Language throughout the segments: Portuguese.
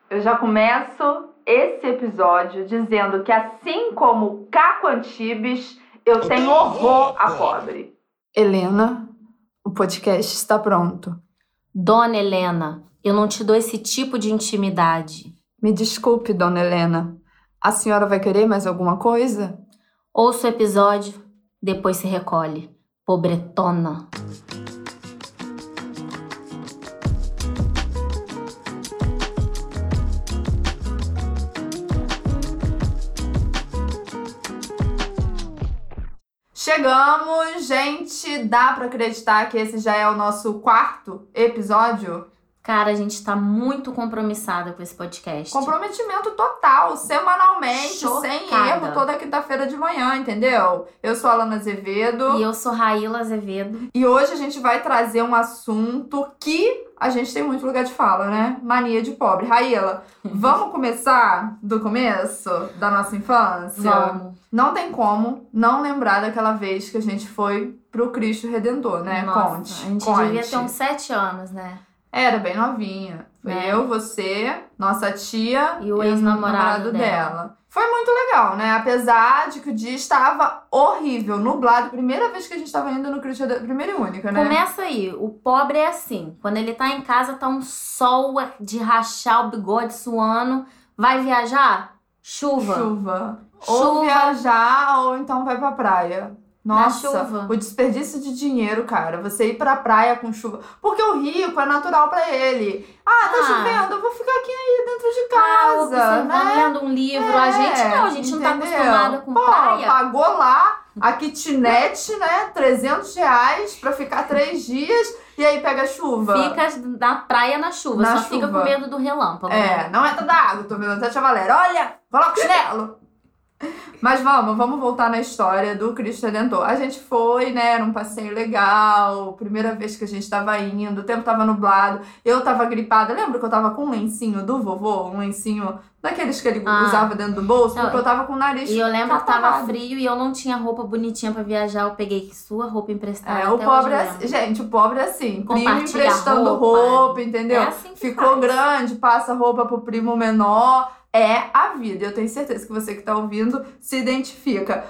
Eu já começo esse episódio dizendo que, assim como Caco Antibes, eu tenho horror a pobre. Helena, o podcast está pronto. Dona Helena, eu não te dou esse tipo de intimidade. Me desculpe, Dona Helena. A senhora vai querer mais alguma coisa? Ouça o episódio, depois se recolhe. Pobretona. Chegamos, gente! Dá pra acreditar que esse já é o nosso 4º episódio? Cara, a gente tá muito compromissada com esse podcast. Comprometimento total, semanalmente, Chocada. sem erro, toda quinta-feira de manhã, entendeu? Eu sou a Alana Azevedo. E eu sou Raíla Azevedo. E hoje a gente vai trazer um assunto que a gente tem muito lugar de fala, né? Mania de pobre. Raíla, vamos começar do começo da nossa infância? Vamos. Não tem como não lembrar daquela vez que a gente foi pro Cristo Redentor, né? Nossa, Conte. a gente devia ter uns 7 anos, né? Era bem novinha. Foi eu, você, nossa tia E o ex-namorado dela. Foi muito legal, né? Apesar de que o dia estava horrível, nublado. Primeira vez que a gente estava indo no Cristo Redentor. Primeira e única, né? Começa aí. O pobre é assim. Quando ele tá em casa, tá um sol de rachar o bigode suando. Vai viajar? Chuva. Chuva. Chuva. Ou viajar, ou então vai pra praia. Nossa, Na chuva. o desperdício de dinheiro, cara. Você ir pra praia com chuva. Porque o rico é natural pra ele. Ah, tá chovendo, eu vou ficar aqui aí dentro de casa, observando, né? lendo um livro. A gente não tá entendeu? acostumada com Pô, praia. pagou lá a kitnet, né? R$300 pra ficar 3 dias e aí pega chuva. Fica na praia na chuva, Na só fica chuva. com medo do relâmpago. É, não entra da água, tô vendo até a tia Valéria. Olha, coloca o chinelo. Mas vamos voltar na história do Cristo Redentor. A gente foi, né, era um passeio legal, primeira vez que a gente tava indo, o tempo tava nublado, eu tava gripada. Lembra que eu tava com um lencinho do vovô? Um lencinho daqueles que ele usava dentro do bolso, porque eu tava com o nariz E eu lembro que tava catarrado. frio e eu não tinha roupa bonitinha pra viajar. Eu peguei sua roupa emprestada. O até pobre hoje é eu assim, lembro. gente, o pobre é assim, primo Compartilha emprestando roupa. roupa, entendeu? É assim que Ficou faz. grande, passa roupa pro primo menor. É a vida. Eu tenho certeza que você que tá ouvindo se identifica.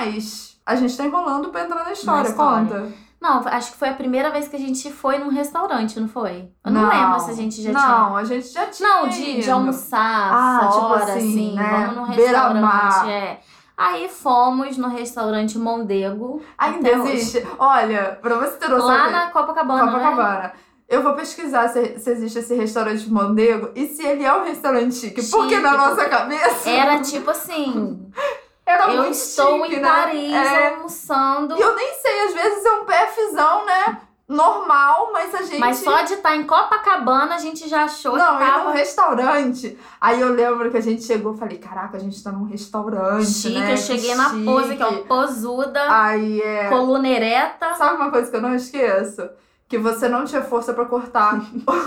Mas a gente tá enrolando pra entrar na história. Conta. Não, acho que foi a primeira vez que a gente foi num restaurante, não foi? Eu não lembro se a gente já tinha. Não, a gente já tinha. Não, de ido. almoçar fora, tipo assim, né? Vamos num Beira-mar. restaurante, Aí fomos no restaurante Mondego. Ainda até hoje. existe. Olha, pra você ter noção. Lá na Copacabana, né? Copacabana. Eu vou pesquisar se existe esse restaurante Mondego e se ele é um restaurante chique. Porque Chique, na nossa cabeça. Era tipo assim, Era eu muito estou chique, em né? Paris almoçando. E eu nem sei, às vezes é um PFzão, né? Normal, mas a gente. Mas só de estar em Copacabana a gente já achou Não, que ir tava num restaurante. Aí eu lembro que a gente chegou e falei, caraca, a gente tá num restaurante, chique. né? Eu cheguei Que na chique. pose, que é uma posuda, Aí coluna ereta. Sabe uma coisa que eu não esqueço? Que você não tinha força pra cortar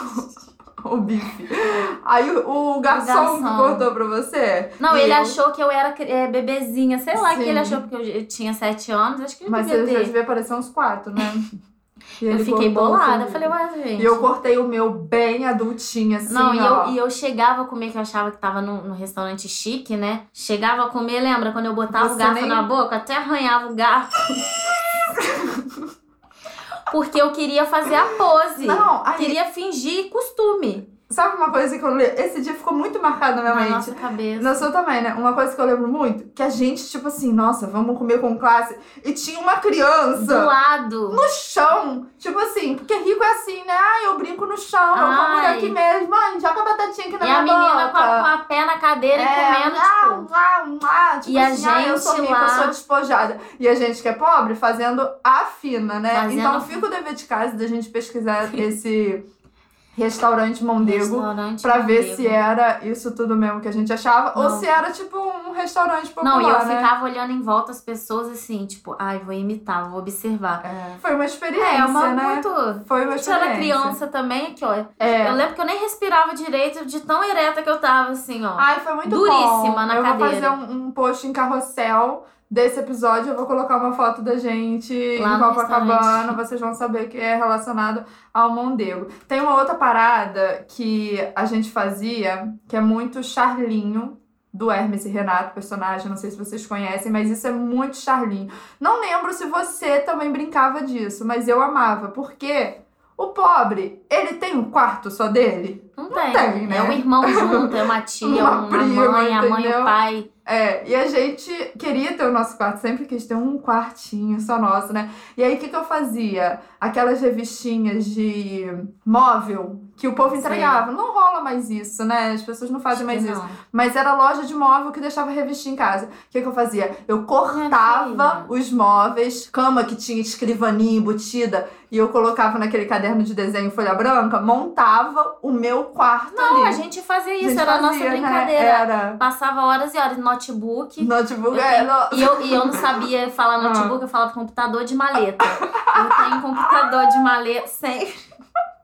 o bife. Aí o garçom que cortou pra você. Não, e ele eu- achou que eu era bebezinha. Sei lá que Sim. ele achou, porque eu tinha 7 anos. Acho que ele Mas devia você já ter. devia parecer uns 4, né? E Eu ele fiquei cortou o bolada. seu Eu falei, ué, gente. E eu cortei o meu bem adultinha, assim, Não, ó. e eu chegava a comer, que eu achava que tava num restaurante chique, né? Chegava a comer, lembra? Quando eu botava Você o garfo nem- na boca, até arranhava o garfo. Porque eu queria fazer a pose. Não, aí- Queria fingir costume Sabe uma coisa que eu lembro? Esse dia ficou muito marcado na minha na mente. nossa cabeça. Na sua também, né? Uma coisa que eu lembro muito, que a gente, tipo assim, nossa, vamos comer com classe. E tinha uma Do criança lado. no chão. Tipo assim, porque rico é assim, né? Ah, eu brinco no chão, eu como Ai. aqui mesmo. Mãe, joga a batatinha aqui na E minha a menina boca. com a pé na cadeira e comendo, tipo... tipo E a assim, eu sou gente rica, lá- eu sou despojada. E a gente que é pobre fazendo a fina, né? Fazendo- Então fica o dever de casa da gente pesquisar esse restaurante Mondego. Restaurante Pra ver Mondego. se era isso tudo mesmo que a gente achava, ou Não. se era tipo um restaurante popular, Não, e eu né? ficava olhando em volta as pessoas assim, tipo, ai, vou imitar, vou observar. Foi uma experiência, né? muito... Foi uma Eu experiência. era criança também, aqui, ó. Eu lembro que eu nem respirava direito de tão ereta que eu tava, assim, ó. Ai, foi muito Duríssima bom. na eu cadeira. vou fazer um post em carrossel desse episódio eu vou colocar uma foto da gente Lá em no Copacabana. restaurante. Vocês vão saber que é relacionado ao Mondego. Tem uma outra parada que a gente fazia, que é muito Charlinho, do Hermes e Renato, personagem, não sei se vocês conhecem, mas isso é muito Charlinho. Não lembro se você também brincava disso, mas eu amava, porque o pobre, ele tem um quarto só dele? Não tem, tem, né? É um irmão junto, é uma tia, Uma uma prima, mãe, a mãe e entendeu? o pai. E a gente queria ter o nosso quarto, sempre quis ter um quartinho só nosso, né? E aí, o que eu fazia? Aquelas revistinhas de móvel que o povo entregava. Não rola mais isso, né? As pessoas não fazem mais isso. Não. Mas era loja de móvel que deixava revistinha em casa. O que eu fazia? Eu cortava filha. os móveis, cama que tinha escrivaninha embutida, e eu colocava naquele caderno de desenho folha branca, montava o meu quarto Não, ali. a gente fazia A isso, gente era a nossa fazia, né? brincadeira. Era Passava horas e horas no notebook. notebook, E eu não sabia falar notebook, eu falava computador de maleta. Eu tenho computador de maleta sempre.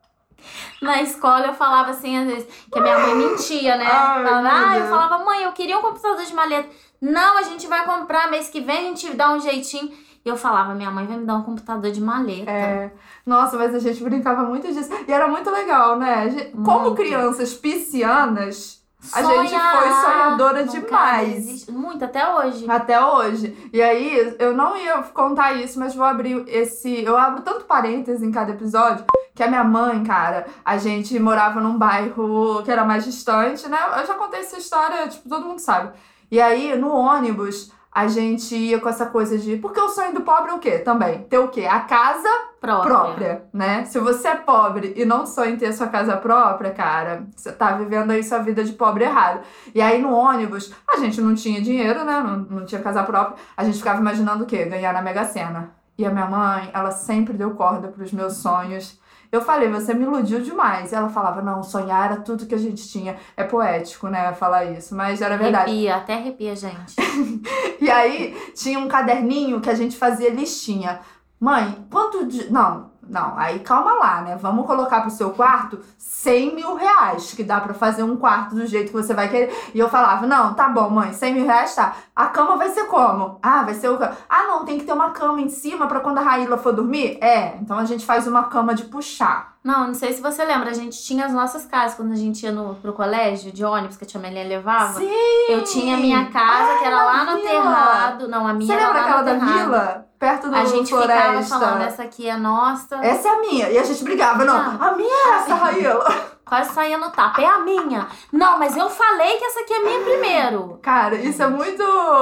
Na escola eu falava assim, às vezes, que a minha mãe mentia, né? Ai, meu Eu Deus. falava, mãe, eu queria um computador de maleta. Não, a gente vai comprar mês que vem, a gente dá um jeitinho. E eu falava, minha mãe vai me dar um computador de maleta. Nossa, mas a gente brincava muito disso. E era muito legal, né? Como Muito. crianças piscianas, a gente foi sonhadora Nunca demais. desiste. Muito, até hoje. Até hoje. E aí, eu não ia contar isso, mas vou abrir esse... Eu abro tanto parênteses em cada episódio, que a minha mãe, cara, a gente morava num bairro que era mais distante, né? Eu já contei essa história, tipo, todo mundo sabe. E aí, no ônibus, a gente ia com essa coisa de... Porque o sonho do pobre é o quê? Também. Ter o quê? A casa própria, né? Se você é pobre e não sonha em ter sua casa própria, cara, você tá vivendo aí sua vida de pobre errado. E aí no ônibus, a gente não tinha dinheiro, né? Não tinha casa própria. A gente ficava imaginando o quê? Ganhar na Mega Sena. E a minha mãe, ela sempre deu corda pros meus sonhos. Eu falei, você me iludiu demais. E ela falava, não, sonhar era tudo que a gente tinha. É poético, né, falar isso, mas era verdade. Arrepia, até arrepia, gente. E aí, tinha um caderninho que a gente fazia listinha. Mãe, quanto de... Não, aí calma lá, né? Vamos colocar pro seu quarto 100 mil reais, que dá pra fazer um quarto do jeito que você vai querer. E eu falava, não, tá bom, mãe, 100 mil reais tá. A cama vai ser como? Vai ser o... não, tem que ter uma cama em cima pra quando a Raíla for dormir? Então a gente faz uma cama de puxar. Não sei se você lembra, a gente tinha as nossas casas quando a gente ia pro colégio de ônibus que a tia Melinha levava. Sim! Eu tinha a minha casa, que era lá no vila. Terrado. Não, a minha Você era lembra lá aquela no da Terrado. vila? Perto do A gente Floresta. ficava falando, essa aqui é nossa. Essa é a minha. E a gente brigava. Não, a minha é essa, Raíla. Quase saía no tapa. É a minha. Não, mas eu falei que essa aqui é minha primeiro. Cara, isso é muito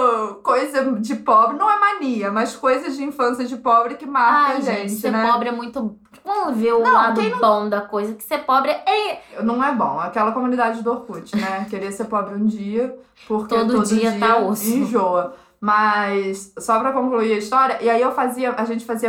coisa de pobre. Não é mania, mas coisas de infância de pobre que marcam a gente, ser né? pobre é muito... Vamos ver o Não, lado quem não- bom da coisa. Que ser pobre é... Não é bom. Aquela comunidade do Orkut, né? Queria ser pobre um dia, porque Todo dia tá osso. enjoa. Mas, só pra concluir a história, e aí a gente fazia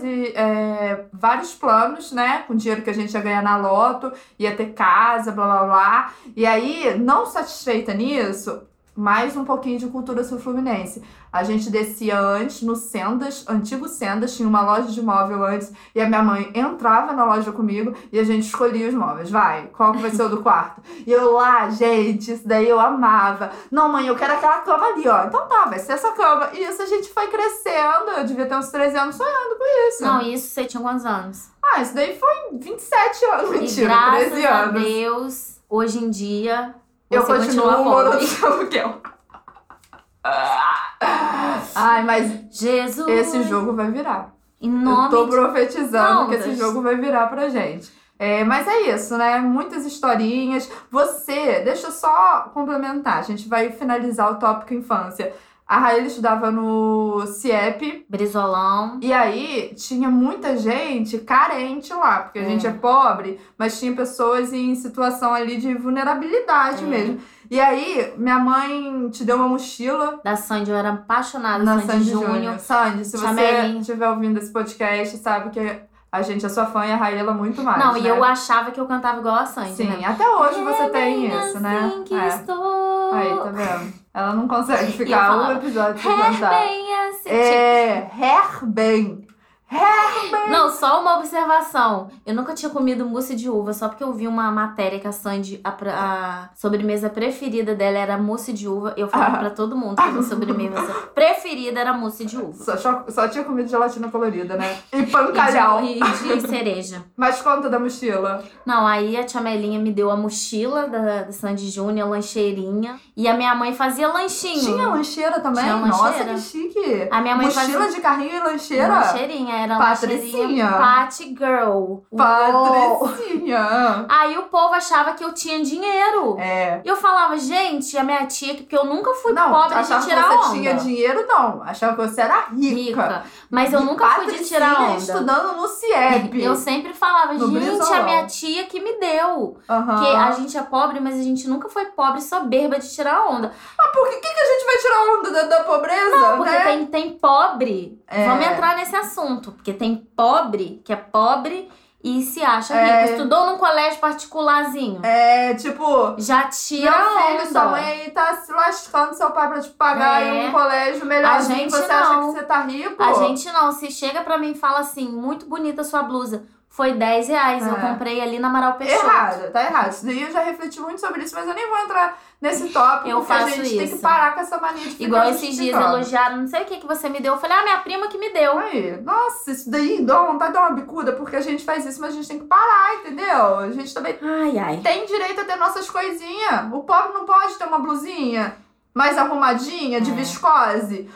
vários planos, né? Com o dinheiro que a gente ia ganhar na loto, ia ter casa, blá blá blá. E aí, não satisfeita nisso, mais um pouquinho de cultura sul-fluminense. A gente descia antes no Sendas, antigo Sendas, tinha uma loja de móvel antes, e a minha mãe entrava na loja comigo e a gente escolhia os móveis. Vai, qual que vai ser o do quarto? E eu lá, gente, isso daí eu amava. Não, mãe, eu quero aquela cama ali, ó. Então tá, vai ser essa cama. E isso a gente foi crescendo, eu devia ter uns 13 anos sonhando com isso. Não, isso você tinha quantos anos? Isso daí foi 27 anos, E mentira, graças 13 a anos. Deus, hoje em dia, Eu você continuo continua morando pobre. de aluguel. Mas Jesus! esse jogo vai virar. Em nome Eu tô de... profetizando que Ondas. esse jogo vai virar pra gente. Mas é isso, né? Muitas historinhas. Deixa eu só complementar. A gente vai finalizar o tópico infância. A Raíla estudava no CIEP. Brizolão. E aí, tinha muita gente carente lá. Porque a gente é pobre, mas tinha pessoas em situação ali de vulnerabilidade mesmo. E aí, minha mãe te deu uma mochila. Da Sandy, eu era apaixonada Na Sandy Sandy Júnior. Júnior. Sandy, se você Chamelinho. estiver ouvindo esse podcast, sabe que a gente é sua fã e a Raíla muito mais, Não, né? e eu achava que eu cantava igual a Sandy, Sim, né? até hoje você É tem bem isso, né? assim que estou. Aí, tá vendo? Ela não consegue E eu ficar um falava, episódio sem É cantar. bem assim. Hair bem. Não, só uma observação. Eu nunca tinha comido mousse de uva, só porque eu vi uma matéria que a Sandy, a sobremesa preferida dela era mousse de uva. Eu falava pra todo mundo que a minha sobremesa preferida era mousse de uva. Só tinha comido gelatina colorida, né? E pancalhau. E de cereja. Mas conta da mochila. Não, aí a tia Melinha me deu a mochila da Sandy Júnior, a lancheirinha. E a minha mãe fazia lanchinho. Tinha lancheira também? Tinha lancheira. Nossa, que chique. A minha mãe mochila de carrinho e lancheira? Lancheirinha, era Patricinha. Patty Girl. Patricinha. Aí o povo achava que eu tinha dinheiro. É. E eu falava, gente, a minha tia, porque eu nunca fui Não, pobre de achava tirar que você onda. tinha dinheiro, não. Achava que você era rica. Mas eu nunca fui de tirar onda. Estudando no CIEP. Eu sempre falava, No gente, Brisolão. a minha tia que me deu. Aham. Porque a gente é pobre, mas a gente nunca foi pobre soberba de tirar onda. Mas por que a gente vai tirar onda da pobreza, Não, porque né? tem pobre. É. Vamos entrar nesse assunto. Porque tem pobre, que é pobre e se acha É. rico. Estudou num colégio particularzinho. É, tipo... Já tira Meu filho, onda. sua mãe aí tá se lascando seu pai pra te pagar em um colégio melhorzinho. A gente você não. acha que você tá rico? A gente não. Se chega pra mim e fala assim, muito bonita a sua blusa. Foi R$10. Eu comprei ali na Amaral Peixoto. Errado, tá errado. Isso daí eu já refleti muito sobre isso, mas eu nem vou entrar nesse tópico. Eu porque a faço gente tem que isso. parar com essa mania de ficar Igual esses dias justificando. elogiaram, não sei o que você me deu. Eu falei, minha prima que me deu. Aí, nossa, isso daí dá vontade de dar uma bicuda, porque a gente faz isso, mas a gente tem que parar, entendeu? A gente também Ai. tem direito a ter nossas coisinhas. O pobre não pode ter uma blusinha mais arrumadinha, de viscose.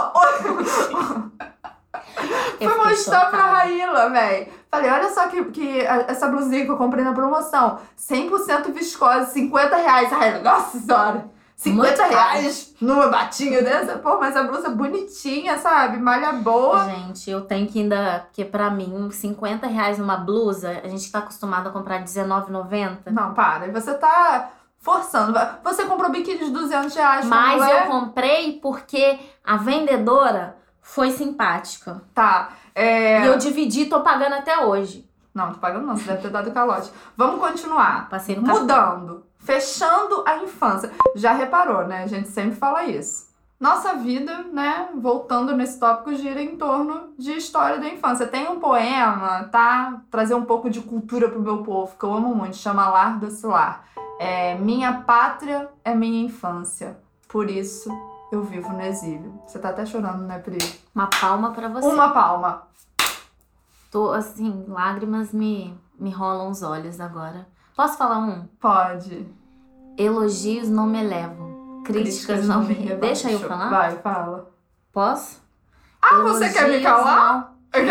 Pô, Eu fui fiquei mostrar pra chocada. Raíla, velho. Falei, olha só que essa blusinha que eu comprei na promoção. 100% viscose, R$50. Raíla, nossa senhora. R$50 numa batinha dessa? Pô, mas a blusa bonitinha, sabe? Malha boa. Gente, eu tenho que ainda... Porque pra mim, R$50 numa blusa, a gente tá acostumado a comprar R$19,90. Não, para. Você tá forçando. Você comprou biquíni de R$200. Mas não é? eu comprei porque a vendedora foi simpática. Tá. E eu dividi, tô pagando até hoje. Não, tô pagando não. Você deve ter dado calote. Vamos continuar. Passei no cartão. Mudando. Fechando a infância. Já reparou, né? A gente sempre fala isso. Nossa vida, né? Voltando nesse tópico, gira em torno de história da infância. Tem um poema, tá? Trazer um pouco de cultura pro meu povo, que eu amo muito. Chama Lar Docilar. Minha pátria é minha infância. Por isso eu vivo no exílio. Você tá até chorando, né, Pri? Uma palma pra você. Uma palma. Tô, assim, lágrimas me rolam os olhos agora. Posso falar um? Pode. Elogios não me elevam. Críticas não me rebaixam. Deixa eu falar? Vai, fala. Posso? Você quer me calar?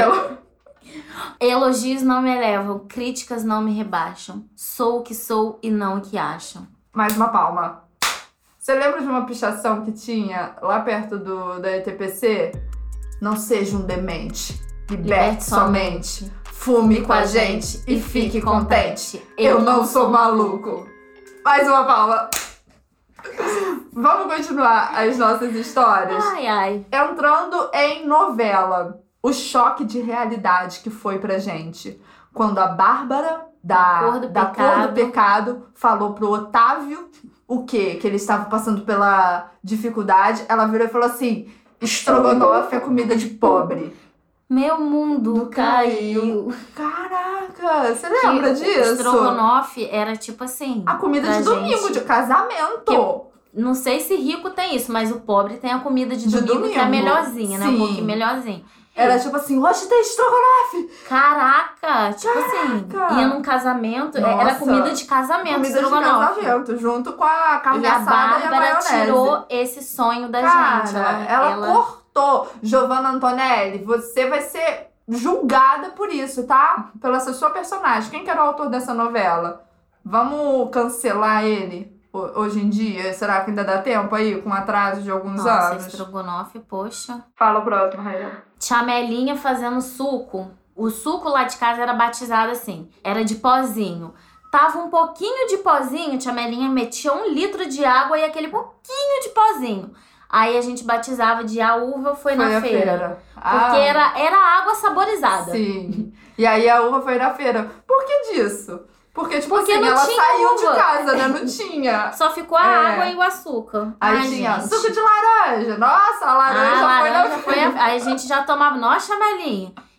Elogios não me elevam. Críticas não me rebaixam. Sou o que sou e não o que acham. Mais uma palma. Você lembra de uma pichação que tinha lá perto da ETPC? Não seja um demente. Liberte sua mente. Fume com a gente e fique contente. Eu não sou maluco. Mais uma palma. Vamos continuar as nossas histórias? Ai. Entrando em novela. O choque de realidade que foi pra gente. Quando a Bárbara, da Cor do Pecado, falou pro Otávio o quê? Que ele estava passando pela dificuldade. Ela virou e falou assim: estrogonofe é comida de pobre. Meu mundo caiu. Caraca, você lembra disso? Estrogonofe era tipo assim... A comida de domingo, de casamento. Não sei se rico tem isso, mas o pobre tem a comida de domingo, que é a melhorzinha, né? Um pouquinho melhorzinho. Era tipo assim, hoje tem estrogonofe. Caraca, tipo assim, ia num casamento, era comida de casamento, comida estrogonofe. de casamento, junto com a carne e a assada e a Bárbara maionese. tirou esse sonho da gente. Ela cortou. Giovanna Antonelli, você vai ser julgada por isso, tá? Pela sua personagem. Quem que era o autor dessa novela? Vamos cancelar ele hoje em dia? Será que ainda dá tempo aí, com atraso de alguns anos? Estrogonofe, poxa. Fala o próximo, Raíla. Tia Melinha fazendo suco. O suco lá de casa era batizado assim, era de pozinho. Tava um pouquinho de pozinho, tia Melinha metia 1 litro de água e aquele pouquinho de pozinho. Aí a gente batizava de a uva foi na feira. Porque era água saborizada. Sim. E aí a uva foi na feira. Por que disso? Porque, tipo Porque assim, não ela tinha saiu uva. de casa, né? Não tinha. Só ficou a água e o açúcar. Aí tinha suco de laranja. Nossa, a laranja foi na feira. Aí a gente já tomava. Nossa, Melinha.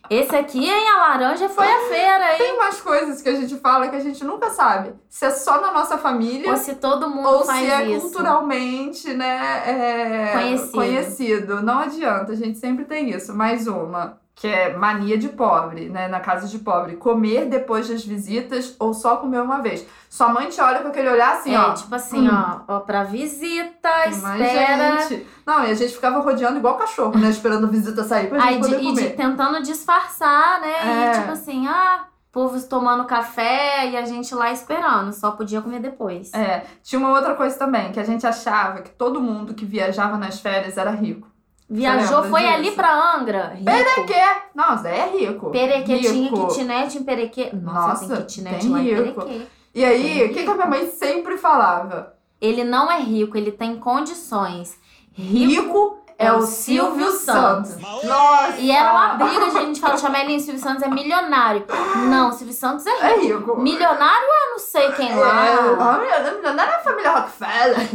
Esse aqui, hein? A laranja foi a feira, hein? Tem umas coisas que a gente fala que a gente nunca sabe se é só na nossa família Ou se todo mundo ou faz se é isso. culturalmente, né, conhecido. Não adianta, a gente sempre tem isso. Mais uma, que é mania de pobre, né? Na casa de pobre. Comer depois das visitas ou só comer uma vez. Sua mãe te olha com aquele olhar assim, ó. Tipo assim, ó, pra visita, Mas, espera. gente... Não, e a gente ficava rodeando igual cachorro, né? Esperando a visita sair pra gente poder comer. Tentando disfarçar, né? É. E tipo assim, povo tomando café e a gente lá esperando. Só podia comer depois. Tinha uma outra coisa também, que a gente achava que todo mundo que viajava nas férias era rico. Viajou, Você foi lembra ali disso? pra Angra. Rico. Perequê! Não, Zé é rico. Perequê, tinha Rico. kitnet em Perequê. Nossa, tem kitnet tem lá em rico. Perequê. E aí, Tem o que a minha mãe sempre falava? Ele não é rico, ele tem condições. Rico é o Silvio Santos. Nossa! E era uma briga de a gente falar, Chamelinho, Silvio Santos é milionário. Não, Silvio Santos é rico. É rico. Milionário eu não sei quem lá. Milionário é a família Rockefeller.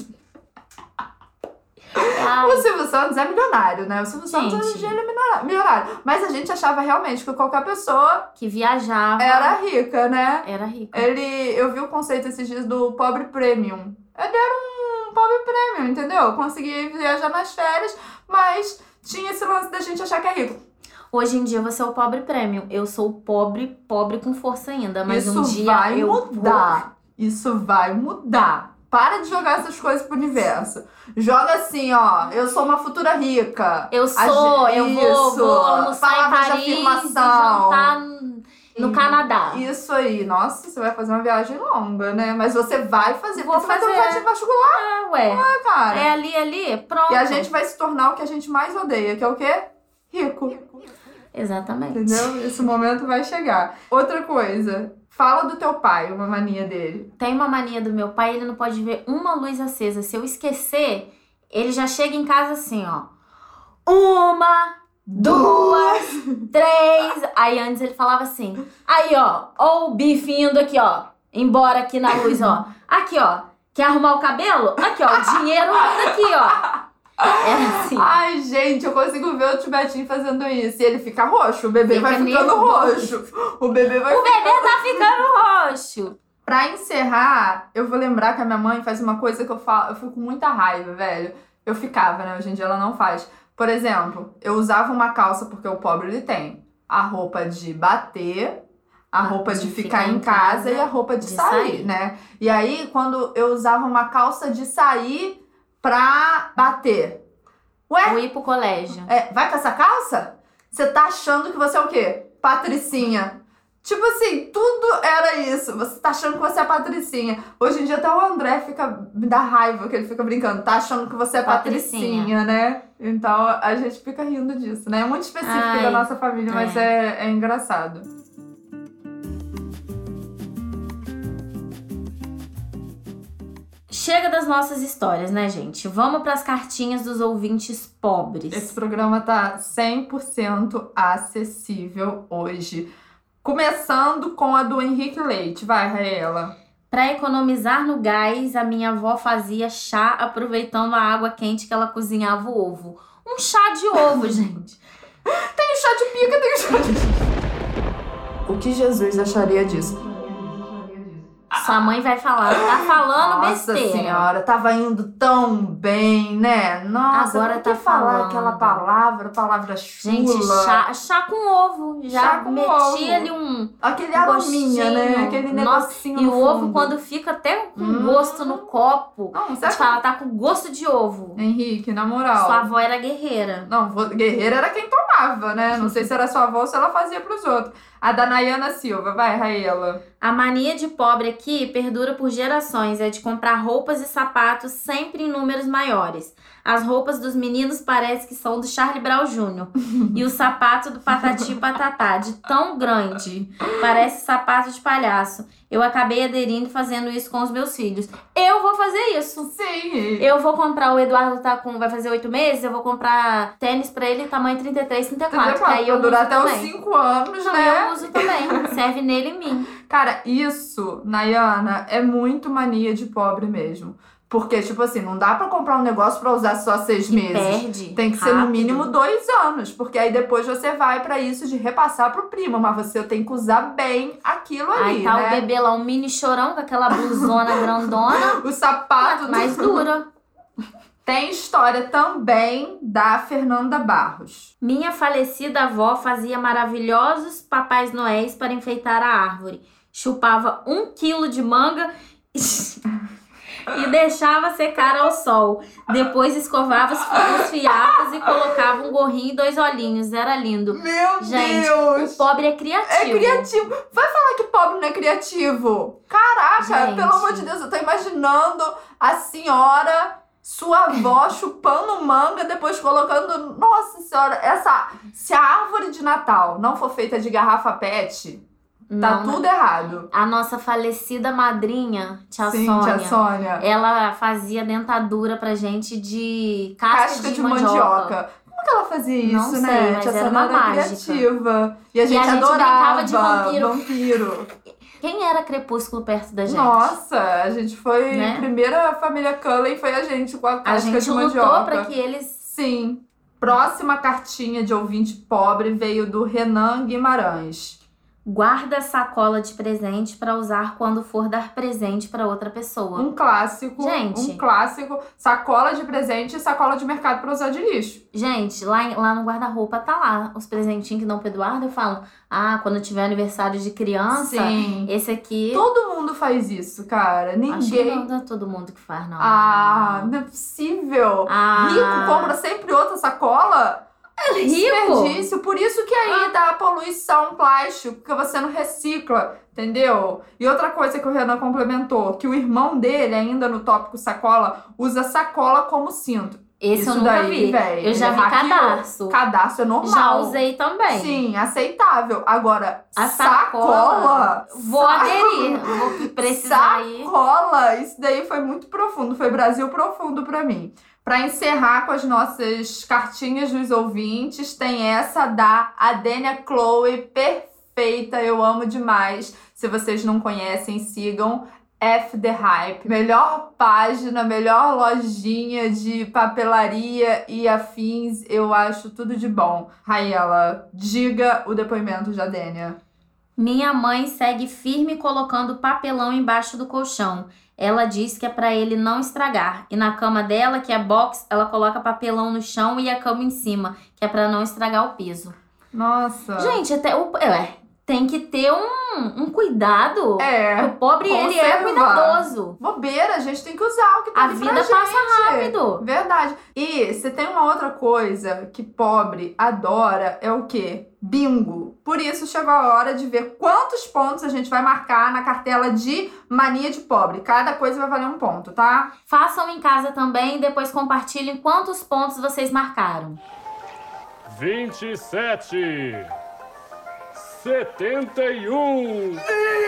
Ai, O Silvio Santos é milionário, né? O Silvio Santos Gente. hoje em dia ele é milionário. Mas a gente achava realmente que qualquer pessoa que viajava. era rica, né? Era rico. Eu vi o conceito esses dias do pobre premium. Ele era um pobre premium, entendeu? Conseguia viajar nas férias, mas tinha esse lance da gente achar que é rico. Hoje em dia você é o pobre premium. Eu sou o pobre com força ainda. Mas Isso um dia vai eu mudar. Isso vai mudar. Para de jogar essas coisas pro universo. Joga assim, ó. Eu sou uma futura rica. Eu vou almoçar em Palavras de Paris e afirmação. jantar no Canadá. Isso aí. Nossa, você vai fazer uma viagem longa, né? Mas você vai fazer. Vou Você vai ter um fazer. vestibular, Ué. cara. É ali, pronto. E a gente vai se tornar o que a gente mais odeia, que é o quê? Rico. Exatamente. Entendeu? Esse momento vai chegar. Outra coisa. Fala do teu pai, uma mania dele. Tem uma mania do meu pai, ele não pode ver uma luz acesa. Se eu esquecer, ele já chega em casa assim, ó. 1, 2, 3. Aí antes ele falava assim. Aí, ó o bife indo aqui, ó. Embora aqui na luz, ó. Aqui, ó. Quer arrumar o cabelo? Aqui, ó. O dinheiro indo aqui, ó. É assim. Ai, gente, eu consigo ver o Tibetinho fazendo isso. E ele fica roxo, o bebê Fica vai ficando nervoso. roxo. O bebê vai O bebê tá ficando roxo. Pra encerrar, eu vou lembrar que a minha mãe faz uma coisa que eu fico com muita raiva, velho. Eu ficava, né? Hoje em dia ela não faz. Por exemplo, eu usava uma calça, porque o pobre ele tem a roupa de bater, a roupa de ficar em casa e a roupa de sair, né? E aí, quando eu usava uma calça de sair pra bater. Ué? Ou ir pro colégio. Vai com essa calça? Você tá achando que você é o quê? Patricinha. Tipo assim, tudo era isso. Você tá achando que você é Patricinha. Hoje em dia até o André me dá raiva, que ele fica brincando. Tá achando que você é Patricinha, né? Então a gente fica rindo disso, né? É muito específico da nossa família, mas é engraçado. Chega das nossas histórias, né, gente? Vamos pras cartinhas dos ouvintes pobres. Esse programa tá 100% acessível hoje. Começando com a do Henrique Leite. Vai, Raela. Pra economizar no gás, a minha avó fazia chá aproveitando a água quente que ela cozinhava o ovo. Um chá de ovo, gente. Tem chá de pica, tem chá de... O que Jesus acharia disso? Sua mãe vai falar, tá falando Nossa besteira. senhora, tava indo tão bem, né? Nossa, Agora por tá que falar falando. aquela palavra chula? Gente, chá com ovo. Já Chá com meti ovo. ali um Aquele arominha, né? gostinho. Aquele Nossa, negocinho e no o ovo, fundo. quando fica até com gosto no copo, Não, a gente sério? fala, tá com gosto de ovo. Henrique, na moral. Sua avó era guerreira. Não, guerreira era quem tomava, né? Não sei se era sua avó ou se ela fazia pros outros. A da Nayana Silva, vai, Raela. A mania de pobre aqui perdura por gerações, é de comprar roupas e sapatos sempre em números maiores. As roupas dos meninos parece que são do Charlie Brown Jr. E o sapato do Patati Patatá, de tão grande. Parece sapato de palhaço. Eu acabei aderindo e fazendo isso com os meus filhos. Eu vou fazer isso. Sim. Eu vou comprar, o Eduardo vai fazer 8 meses, eu vou comprar tênis pra ele tamanho 33, 34. Que aí eu durar uso até os também. 5 anos, Não, né? eu uso também. Serve nele e em mim. Cara, isso, Nayana, é muito mania de pobre mesmo. Porque, tipo assim, não dá pra comprar um negócio pra usar só 6 meses. Perde. Tem que ser no rápido. mínimo 2 anos. Porque aí depois você vai pra isso de repassar pro primo. Mas você tem que usar bem aquilo ali, Aí tá né? o bebê lá, um mini chorão com aquela blusona grandona. O sapato... Mais dura. Tem história também da Fernanda Barros. Minha falecida avó fazia maravilhosos papais noéis para enfeitar a árvore. Chupava 1 quilo de manga e deixava secar ao sol. Depois escovava os fiapos e colocava um gorrinho e 2 olhinhos. Era lindo. Meu Gente, Deus! o pobre é criativo. É criativo. Vai falar que pobre não é criativo. Caraca, Gente. pelo amor de Deus, eu tô imaginando a senhora, sua avó, chupando manga, depois colocando... Nossa senhora, se a árvore de Natal não for feita de garrafa PET, tá Não, tudo errado. A nossa falecida madrinha, tia Sim, Sônia, tia Sônia. ela fazia dentadura pra gente de casca de mandioca. Como que ela fazia isso, Não sei, né? mas Tia era Sônia uma era mágica. criativa. E a gente brincava adorava de vampiro. vampiro. Quem era Crepúsculo perto da gente? Nossa, a gente foi... Né? Primeira família Cullen foi a gente com a A casca gente de lutou mandioca. pra que eles... Sim. Próxima cartinha de ouvinte pobre veio do Renan Guimarães. Guarda sacola de presente pra usar quando for dar presente pra outra pessoa. Um clássico. Gente. Um clássico. Sacola de presente e sacola de mercado pra usar de lixo. Gente, lá no guarda-roupa tá lá os presentinhos que dão pro Eduardo. Eu falo, quando tiver aniversário de criança, Sim. esse aqui... Todo mundo faz isso, cara. Acho que Ninguém... não é todo mundo que faz, não. Não é possível. Ah. Rico compra sempre outra sacola. Rico? Desperdício. Por isso que aí dá poluição plástico, porque você não recicla, entendeu? E outra coisa que o Renan complementou, que o irmão dele, ainda no tópico sacola, usa sacola como cinto. Esse Isso eu nunca daí, vi. véi, Eu já vi hackeou. cadarço. Cadarço é normal. Já usei também. Sim, aceitável. Agora, A sacola... Vou aderir. Vou precisar ir. Sacola, isso daí foi muito profundo. Foi Brasil profundo pra mim. Pra encerrar com as nossas cartinhas dos ouvintes, tem essa da Adênia Chloe, perfeita, eu amo demais. Se vocês não conhecem, sigam F The Hype. Melhor página, melhor lojinha de papelaria e afins, eu acho tudo de bom. Raela, diga o depoimento de Adênia. Minha mãe segue firme colocando papelão embaixo do colchão. Ela diz que é pra ele não estragar. E na cama dela, que é box, ela coloca papelão no chão e a cama em cima, que é pra não estragar o piso. Nossa. Gente, tem que ter um cuidado. O pobre, ele é cuidadoso. Bobeira, a gente tem que usar o que tá A ali pra vida gente. passa rápido. Verdade. E se tem uma outra coisa que pobre adora, é o quê? Bingo. Por isso chegou a hora de ver quantos pontos a gente vai marcar na cartela de mania de pobre. Cada coisa vai valer um ponto, tá? Façam em casa também e depois compartilhem quantos pontos vocês marcaram. 27, 71.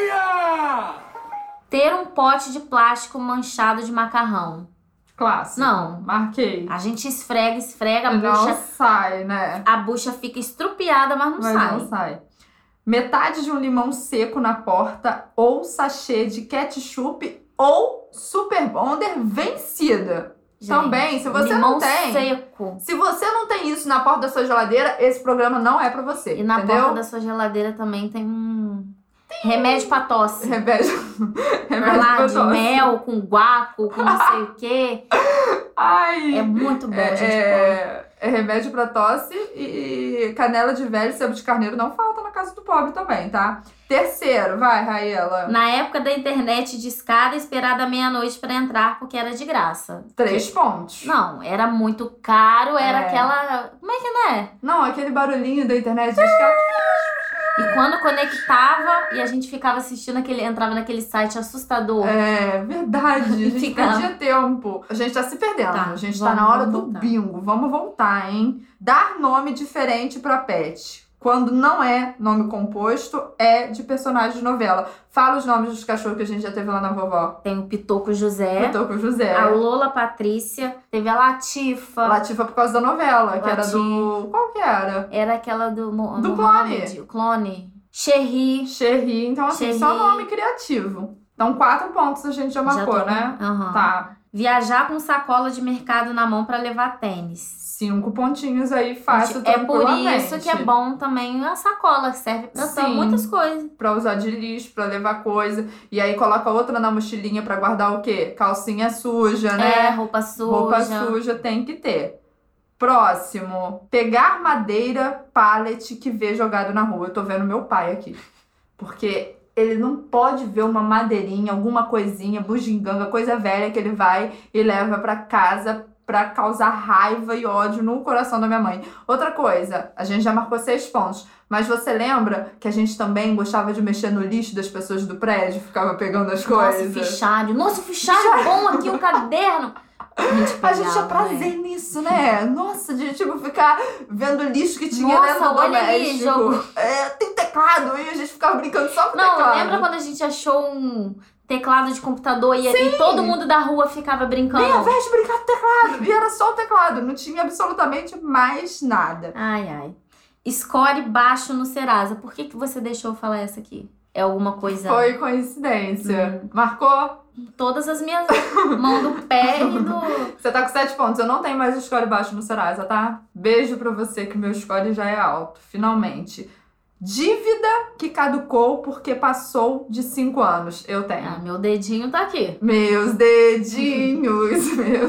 Ter um pote de plástico manchado de macarrão. Clássico. Não. Marquei. A gente esfrega, a Não bucha... sai, né? A bucha fica estrupiada, mas não Mas sai. não sai. Metade de um limão seco na porta ou sachê de ketchup ou Super Bonder vencida. Gente, Também, se você limão não tem... seco. Se você não tem isso na porta da sua geladeira, esse programa não é pra você, E na entendeu? porta da sua geladeira também tem remédio pra tosse. Remédio Lá pra de tosse. mel, com guaco, com não sei o quê. Ai, É muito bom, gente. é remédio pra tosse e canela de velho e sebo de carneiro não falta na casa do pobre também, tá? Terceiro, vai, Raela. Na época da internet de escada, esperar da meia-noite pra entrar, porque era de graça. 3 pontos. Não, era muito caro, era É. aquela... Como é que não é? Não, aquele barulhinho da internet de escada. E quando conectava e a gente ficava assistindo entrava naquele site assustador. É verdade, a gente Ficava. perdia tempo. A gente tá se perdendo, Tá, a gente tá vamos na hora do voltar. bingo. Vamos voltar, hein? Dar nome diferente pra pet. Quando não é nome composto, é de personagem de novela. Fala os nomes dos cachorros que a gente já teve lá na vovó. Tem o Pitoco José, Eu tô com o José. a Lola Patrícia, teve a Latifa. Latifa por causa da novela, que era Latifa. do... Qual que era? Era aquela do Do Mohamed, o Clone. Cherry. Sherry. Então, assim, Sherry. só nome criativo. Então, 4 pontos a gente já marcou, Já tô- né? Aham. Tá. Viajar com sacola de mercado na mão pra levar tênis. 5 pontinhos aí, fácil, É por tranquilamente. isso que é bom também a sacola, que serve pra muitas coisas. Pra usar de lixo, pra levar coisa. E aí coloca outra na mochilinha pra guardar o quê? Calcinha suja, né? Roupa suja. Roupa suja tem que ter. Próximo. Pegar madeira, pallet que vê jogado na rua. Eu tô vendo meu pai aqui. Porque ele não pode ver uma madeirinha, alguma coisinha, bugiganga, coisa velha que ele vai e leva pra casa pra causar raiva e ódio no coração da minha mãe. Outra coisa, a gente já marcou 6 pontos, mas você lembra que a gente também gostava de mexer no lixo das pessoas do prédio, ficava pegando as coisas? Nossa, o fichário bom aqui, o caderno. A gente tinha prazer nisso, né? Nossa, de tipo ficar vendo o lixo que tinha dentro do olha ali, doméstico. jogo. Tem teclado e a gente ficava brincando só com o teclado. Não, lembra quando a gente achou um teclado de computador e todo mundo da rua ficava brincando? Nem a vez de brincar com o teclado. E era só o teclado, não tinha absolutamente mais nada. Ai. Score baixo no Serasa. Por que você deixou eu falar essa aqui? É alguma coisa... Foi coincidência. Marcou? Todas as minhas mãos do pé e do... Você tá com 7 pontos. Eu não tenho mais score baixo no Serasa, tá? Beijo pra você que meu score já é alto. Finalmente. Dívida que caducou porque passou de 5 anos. Eu tenho. Meu dedinho tá aqui. Meus dedinhos.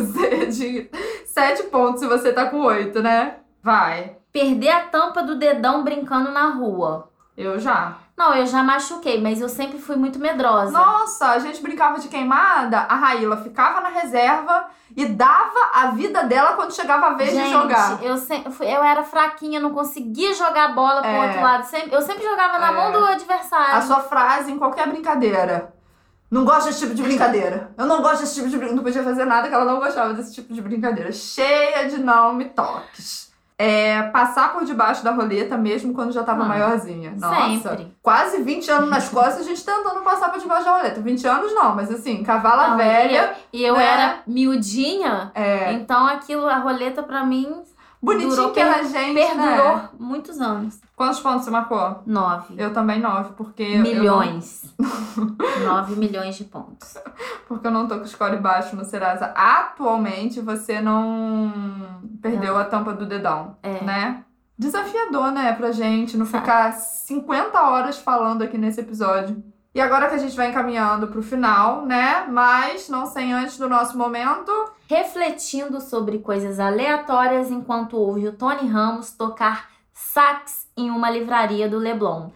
7 pontos se você tá com 8, né? Vai. Perder a tampa do dedão brincando na rua. Eu já. Não, eu já machuquei, mas eu sempre fui muito medrosa. Nossa, a gente brincava de queimada, a Raíla ficava na reserva e dava a vida dela quando chegava a vez de jogar. Eu era fraquinha, não conseguia jogar a bola pro outro lado. Eu sempre jogava na mão do adversário. A sua frase em qualquer brincadeira. Não gosto desse tipo de brincadeira. Eu não gosto desse tipo de brincadeira. Não podia fazer nada que ela não gostava desse tipo de brincadeira. Cheia de não me toques. Passar por debaixo da roleta mesmo quando já tava maiorzinha. Nossa, sempre. Quase 20 anos nas costas a gente tentando passar por debaixo da roleta. 20 anos não, mas assim, cavala velha. E eu né? era miudinha, então a roleta pra mim... Bonitinho que era gente, perdurou né? muitos anos. Quantos pontos você marcou? 9. Eu também 9, porque... Milhões. 9 milhões de pontos. Porque eu não tô com score baixo no Serasa. Atualmente, você não perdeu a tampa do dedão, né? Desafiador, né, pra gente não ficar 50 horas falando aqui nesse episódio. E agora que a gente vai encaminhando pro final, né? Mas não sem antes do nosso momento... Refletindo sobre coisas aleatórias enquanto ouve o Tony Ramos tocar sax em uma livraria do Leblon.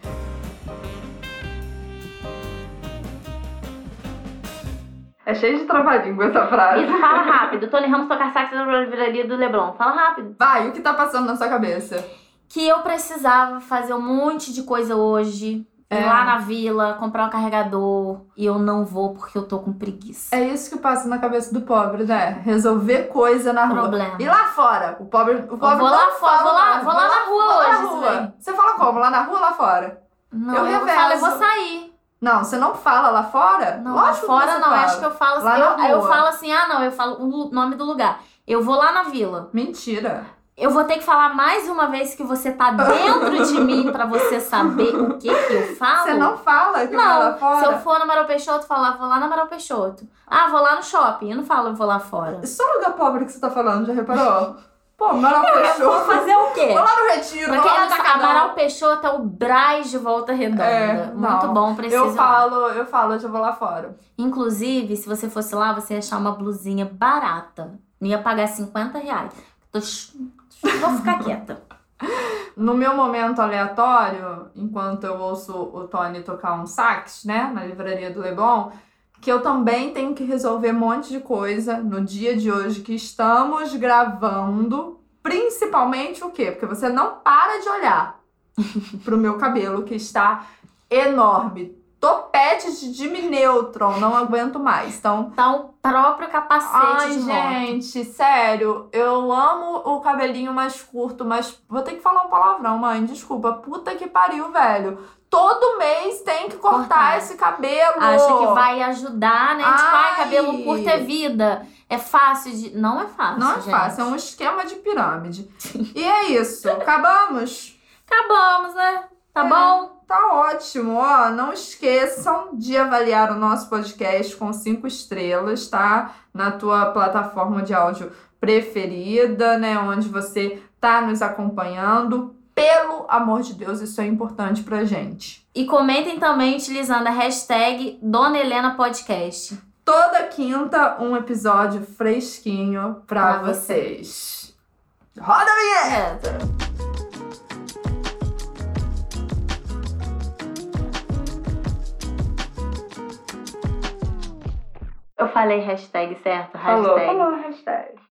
É cheio de trava-língua essa frase. Isso, fala rápido. Tony Ramos tocar sax em uma livraria do Leblon. Fala rápido. Vai, o que tá passando na sua cabeça? Que eu precisava fazer um monte de coisa hoje. Ir lá na vila, comprar um carregador. E eu não vou porque eu tô com preguiça. É isso que passa na cabeça do pobre, né? Resolver coisa na rua. Problema. E lá fora? O pobre vou lá na rua hoje. Você fala como? Lá na rua ou lá fora? Não, eu falo, eu vou sair. Não, você não fala lá fora? Não, lógico lá fora que não. fala. Acho que eu falo assim. Lá na rua. Eu falo assim, eu falo o nome do lugar. Eu vou lá na vila. Mentira. Eu vou ter que falar mais uma vez que você tá dentro de mim pra você saber o que eu falo? Você não fala que vai lá fora? Se eu for no Amaral Peixoto, falar, vou lá no Amaral Peixoto. Vou lá no shopping. Eu não falo, vou lá fora. Só lugar pobre que você tá falando, já reparou? Pô, Amaral Peixoto. Vou fazer o quê? Vou lá no Retiro, Pra vou quem lá não no sabe, Atacadão. Amaral Peixoto é o Brás de Volta Redonda. Muito bom, precisa. Eu falo, já vou lá fora. Inclusive, se você fosse lá, você ia achar uma blusinha barata. Não ia pagar R$50. Vou ficar quieta. No meu momento aleatório, enquanto eu ouço o Tony tocar um sax, né, na livraria do Leblon, que eu também tenho que resolver um monte de coisa no dia de hoje que estamos gravando, principalmente o quê? Porque você não para de olhar pro meu cabelo, que está enorme. Topete de Jimmy Neutron, não aguento mais. Então, tá o próprio capacete de moto. gente, sério, eu amo o cabelinho mais curto, mas vou ter que falar um palavrão, mãe, desculpa. Puta que pariu, velho. Todo mês tem que cortar esse cabelo. Acha que vai ajudar, né? Tipo, cabelo curto é vida. É fácil de... Não é fácil, Não é gente. fácil, é um esquema de pirâmide. E é isso, acabamos? Acabamos, né? Tá bom? tá ótimo. Ó, não esqueçam de avaliar o nosso podcast com 5 estrelas, tá? Na tua plataforma de áudio preferida, né? Onde você tá nos acompanhando. Pelo amor de Deus, isso é importante pra gente. E comentem também utilizando a hashtag Dona Helena Podcast. Toda quinta, um episódio fresquinho pra vocês. Roda a vinheta! Eu falei hashtag, certo? Falou hashtag.